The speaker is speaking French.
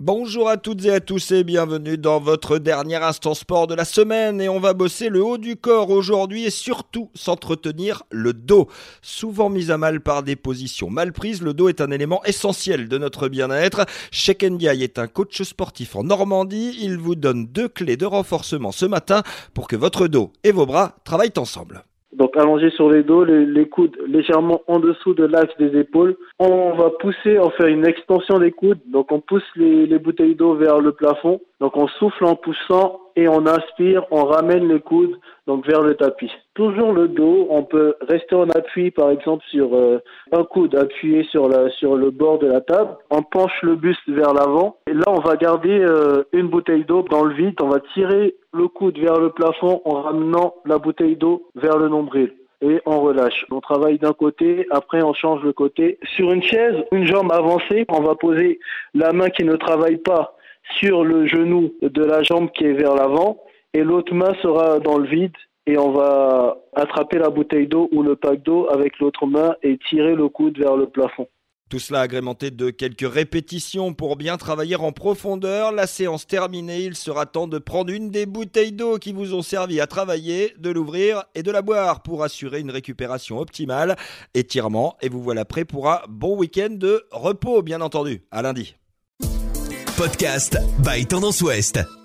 Bonjour à toutes et à tous et bienvenue dans votre dernier instant sport de la semaine et on va bosser le haut du corps aujourd'hui et surtout s'entretenir le dos. Souvent mis à mal par des positions mal prises, le dos est un élément essentiel de notre bien-être. Cheikh Ndiaye est un coach sportif en Normandie, il vous donne 2 clés de renforcement ce matin pour que votre dos et vos bras travaillent ensemble. Donc allongé sur les dos, les coudes légèrement en dessous de l'axe des épaules. On va pousser, on fait une extension des coudes. Donc on pousse les bouteilles d'eau vers le plafond. Donc on souffle en poussant et on inspire, on ramène les coudes donc vers le tapis. Toujours le dos, on peut rester en appui par exemple sur un coude appuyé sur le bord de la table. On penche le buste vers l'avant et là on va garder une bouteille d'eau dans le vide. On va tirer le coude vers le plafond en ramenant la bouteille d'eau vers le nombril. Et on relâche. On travaille d'un côté, après on change le côté. Sur une chaise, une jambe avancée, on va poser la main qui ne travaille pas sur le genou de la jambe qui est vers l'avant et l'autre main sera dans le vide et on va attraper la bouteille d'eau ou le pack d'eau avec l'autre main et tirer le coude vers le plafond. Tout cela agrémenté de quelques répétitions pour bien travailler en profondeur. La séance terminée, il sera temps de prendre une des bouteilles d'eau qui vous ont servi à travailler, de l'ouvrir et de la boire pour assurer une récupération optimale. Étirement et vous voilà prêt pour un bon week-end de repos bien entendu. À lundi. Podcast by Tendance Ouest.